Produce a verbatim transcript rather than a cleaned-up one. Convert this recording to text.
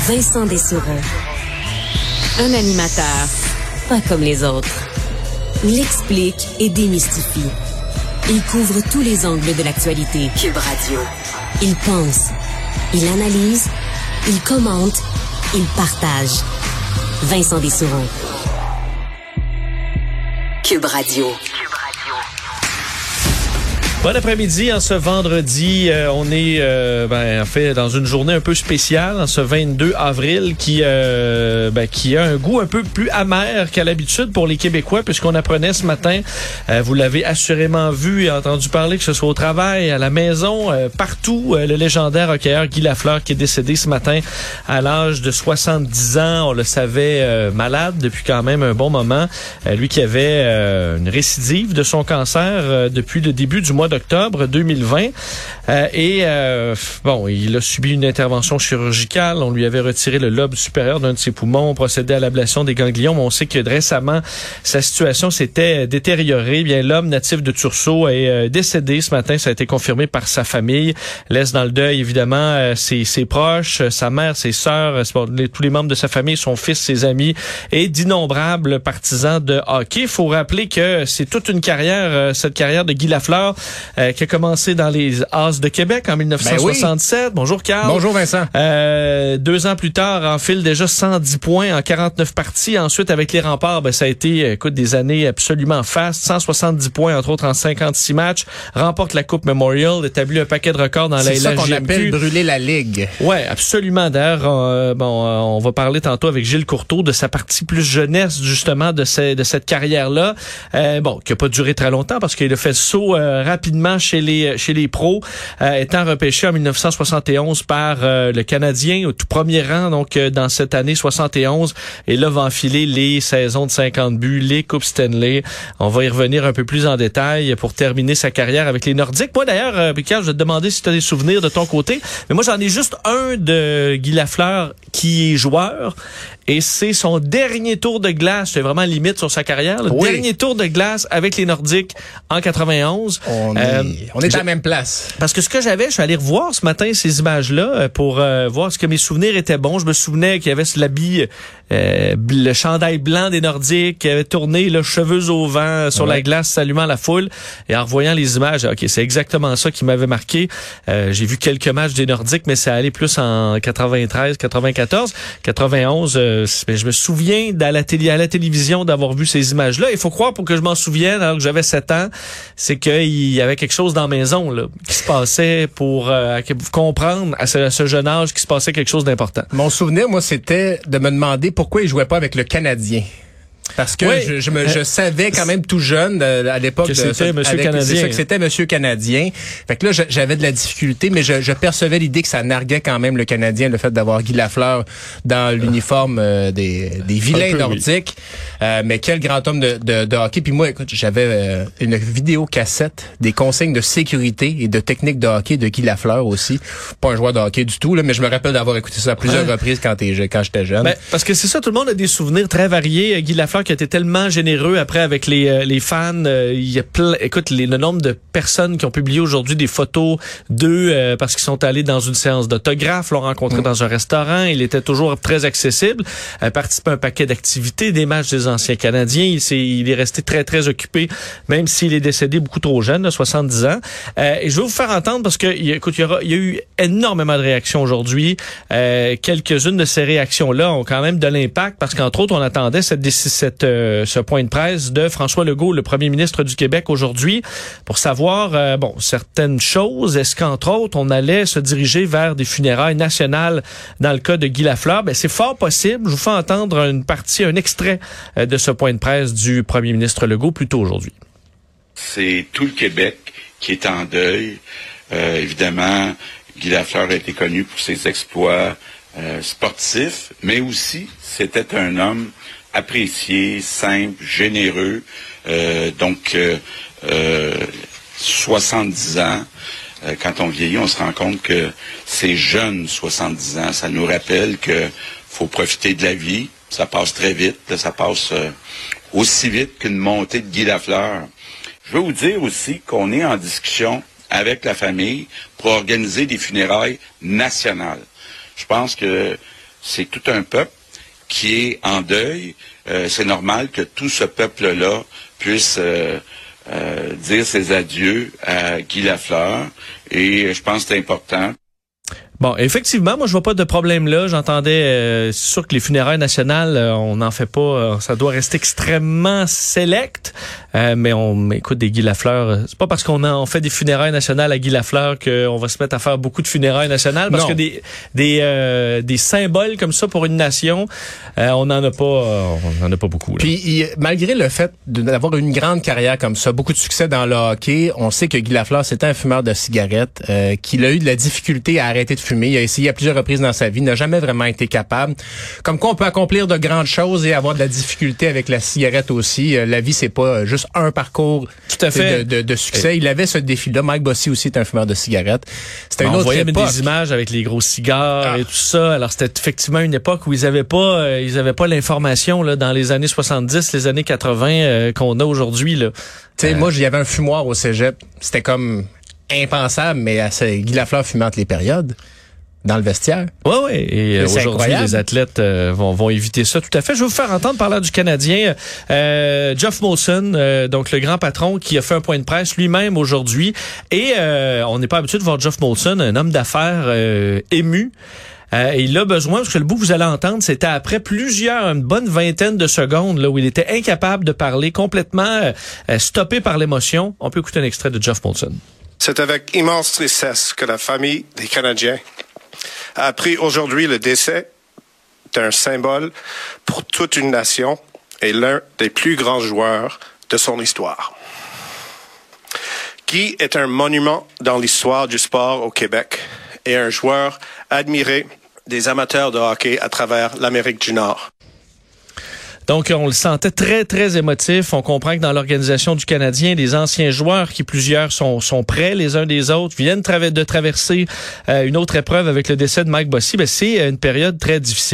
Vincent Dessureau. Un animateur pas comme les autres. Il explique et démystifie. Il couvre tous les angles de l'actualité. Cube Radio. Il pense, il analyse, il commente, il partage. Vincent Dessureau. Cube Radio. Bon après-midi, en ce vendredi, euh, on est euh, ben, en fait dans une journée un peu spéciale, en ce vingt-deux avril, qui euh, ben, qui a un goût un peu plus amer qu'à l'habitude pour les Québécois, puisqu'on apprenait ce matin, euh, vous l'avez assurément vu et entendu parler, que ce soit au travail, à la maison, euh, partout, euh, le légendaire hockeyeur Guy Lafleur qui est décédé ce matin à l'âge de soixante-dix ans. On le savait euh, malade depuis quand même un bon moment. Euh, lui qui avait euh, une récidive de son cancer euh, depuis le début du mois d'octobre deux mille vingt. Euh, et euh, bon, il a subi une intervention chirurgicale. On lui avait retiré le lobe supérieur d'un de ses poumons, procédé à l'ablation des ganglions. Mais on sait que récemment, sa situation s'était détériorée. Bien, l'homme natif de Tursault est euh, décédé ce matin. Ça a été confirmé par sa famille. Laisse dans le deuil, évidemment, euh, ses, ses proches, sa mère, ses sœurs, les, tous les membres de sa famille, son fils, ses amis et d'innombrables partisans de hockey. Il faut rappeler que c'est toute une carrière, euh, cette carrière de Guy Lafleur, Euh, qui a commencé dans les As de Québec en dix-neuf cent soixante-sept. Ben oui. Bonjour Carl. Bonjour Vincent. Euh, deux ans plus tard, enfile déjà cent dix points en quarante-neuf parties. Ensuite, avec les Remparts, ben, ça a été, écoute, des années absolument fastes. cent soixante-dix points, entre autres, en cinquante-six matchs. Remporte la Coupe Memorial, établit un paquet de records dans la L H G M Q. C'est ça qu'on appelle brûler la Ligue. Ouais, absolument. D'ailleurs, euh, bon, euh, on va parler tantôt avec Gilles Courteau de sa partie plus jeunesse, justement, de, ces, de cette carrière-là. Euh, bon, qui a pas duré très longtemps parce qu'il a fait le saut euh, rapidement chez les chez les pros, euh, étant repêché en dix-neuf cent soixante et onze par euh, le Canadien au tout premier rang, donc euh, dans cette année soixante et onze, et là va enfiler les saisons de cinquante buts, les Coupes Stanley. On va y revenir un peu plus en détail pour terminer sa carrière avec les Nordiques. Moi d'ailleurs, euh, Pierre, je vais te demander si tu as des souvenirs de ton côté, mais moi j'en ai juste un de Guy Lafleur qui est joueur, et c'est son dernier tour de glace, c'est vraiment limite sur sa carrière, le oui. dernier tour de glace avec les Nordiques en quatre-vingt-onze. On est, euh, on est à la même place. Parce que ce que j'avais, je suis allé revoir ce matin ces images-là pour euh, voir ce que mes souvenirs étaient bons. Je me souvenais qu'il y avait l'habit, euh, le chandail blanc des Nordiques, qui avait tourné le cheveux au vent sur ouais. la glace, saluant la foule. Et en revoyant les images, ok, c'est exactement ça qui m'avait marqué. Euh, j'ai vu quelques matchs des Nordiques, mais ça allait plus en quatre-vingt-treize, quatre-vingt-quatorze, quatre-vingt-onze. Euh, je me souviens à la, télé, à la télévision d'avoir vu ces images-là. Il faut croire, pour que je m'en souvienne, alors que j'avais sept ans, c'est qu'il y avait quelque chose dans la maison là, qui se passait pour euh, comprendre à ce, à ce jeune âge qu'il se passait quelque chose d'important. Mon souvenir, moi, c'était de me demander pourquoi il jouait pas avec le Canadien. Parce que oui. je, je, me, je savais quand même tout jeune euh, à l'époque que c'était Monsieur avec, Canadien. Ça, que c'était Monsieur Canadien. Fait que là, je, j'avais de la difficulté, mais je, je percevais l'idée que ça narguait quand même le Canadien, le fait d'avoir Guy Lafleur dans l'uniforme euh, des, des vilains peu, nordiques. Oui. Euh, mais quel grand homme de, de, de hockey. Puis moi, écoute, j'avais euh, une vidéocassette des consignes de sécurité et de technique de hockey de Guy Lafleur aussi. Pas un joueur de hockey du tout, là, mais je me rappelle d'avoir écouté ça à plusieurs ouais. reprises quand, t'es, quand j'étais jeune. Ben, parce que c'est ça, tout le monde a des souvenirs très variés. Guy Lafleur qui était tellement généreux après avec les euh, les fans, euh, il y a plein, écoute, les, le nombre de personnes qui ont publié aujourd'hui des photos d'eux euh, parce qu'ils sont allés dans une séance d'autographe, l'ont rencontré mmh. dans un restaurant, il était toujours très accessible, euh, participé à un paquet d'activités, des matchs des anciens Canadiens, il, c'est, il est resté très très occupé, même s'il est décédé beaucoup trop jeune, là, soixante-dix ans. Euh, et je vais vous faire entendre parce que écoute, il y aura, il y a eu énormément de réactions aujourd'hui. Euh, quelques-unes de ces réactions-là ont quand même de l'impact parce qu'entre autres, on attendait cette cette euh, ce point de presse de François Legault, le premier ministre du Québec aujourd'hui, pour savoir, euh, bon, certaines choses. Est-ce qu'entre autres, on allait se diriger vers des funérailles nationales dans le cas de Guy Lafleur? Ben, c'est fort possible. Je vous fais entendre une partie, un extrait euh, de ce point de presse du premier ministre Legault plus tôt aujourd'hui. C'est tout le Québec qui est en deuil. Euh, évidemment, Guy Lafleur a été connu pour ses exploits euh, sportifs, mais aussi, c'était un homme apprécié, simple, généreux, euh, donc euh, euh, soixante-dix ans. Euh, quand on vieillit, on se rend compte que ces jeunes soixante-dix ans, ça nous rappelle que faut profiter de la vie. Ça passe très vite, là, ça passe euh, aussi vite qu'une montée de Guy Lafleur. Je veux vous dire aussi qu'on est en discussion avec la famille pour organiser des funérailles nationales. Je pense que c'est tout un peuple qui est en deuil. Euh, c'est normal que tout ce peuple-là puisse euh, euh, dire ses adieux à Guy Lafleur. Et je pense que c'est important. Bon, effectivement, moi je vois pas de problème là. J'entendais, euh, c'est sûr que les funérailles nationales, euh, on n'en fait pas, euh, ça doit rester extrêmement select. Euh, mais on, mais écoute, des Guy Lafleur, euh, c'est pas parce qu'on a, on fait des funérailles nationales à Guy Lafleur qu'on va se mettre à faire beaucoup de funérailles nationales, parce non. que des des euh, des symboles comme ça pour une nation, euh, on n'en a pas, euh, on en a pas beaucoup. Là. Puis il, malgré le fait d'avoir une grande carrière comme ça, beaucoup de succès dans le hockey, on sait que Guy Lafleur c'était un fumeur de cigarettes, euh, qu'il a eu de la difficulté à arrêter de fumer. Il a essayé à plusieurs reprises dans sa vie, n'a jamais vraiment été capable. Comme quoi, on peut accomplir de grandes choses et avoir de la difficulté avec la cigarette aussi. La vie, c'est pas juste un parcours Tout à fait. De, de, de succès. Et il avait ce défi-là. Mike Bossy aussi est un fumeur de cigarettes. C'était une on autre voyait époque. des images avec les gros cigares ah. et tout ça. Alors, c'était effectivement une époque où ils avaient pas, euh, ils avaient pas l'information là dans les années soixante-dix, les années quatre-vingts euh, qu'on a aujourd'hui là. Tu sais, euh... moi, il y avait un fumoir au cégep. C'était comme impensable, mais assez, Guy Lafleur fumait entre les périodes. Dans le vestiaire. Oui, oui. Et euh, aujourd'hui, incroyable. Les athlètes euh, vont, vont éviter ça tout à fait. Je vais vous faire entendre parler du Canadien. Euh, Geoff Molson, euh, donc le grand patron qui a fait un point de presse lui-même aujourd'hui. Et euh, on n'est pas habitué de voir Geoff Molson, un homme d'affaires euh, ému. Euh, et il a besoin, parce que le bout que vous allez entendre, c'était après plusieurs, une bonne vingtaine de secondes, là où il était incapable de parler, complètement euh, stoppé par l'émotion. On peut écouter un extrait de Geoff Molson. C'est avec immense tristesse que la famille des Canadiens a appris aujourd'hui le décès d'un symbole pour toute une nation et l'un des plus grands joueurs de son histoire. Guy est un monument dans l'histoire du sport au Québec et un joueur admiré des amateurs de hockey à travers l'Amérique du Nord. Donc, on le sentait très, très émotif. On comprend que dans l'organisation du Canadien, les anciens joueurs, qui plusieurs sont, sont près les uns des autres, viennent tra- de traverser euh, une autre épreuve avec le décès de Mike Bossy. Ben, c'est une période très difficile.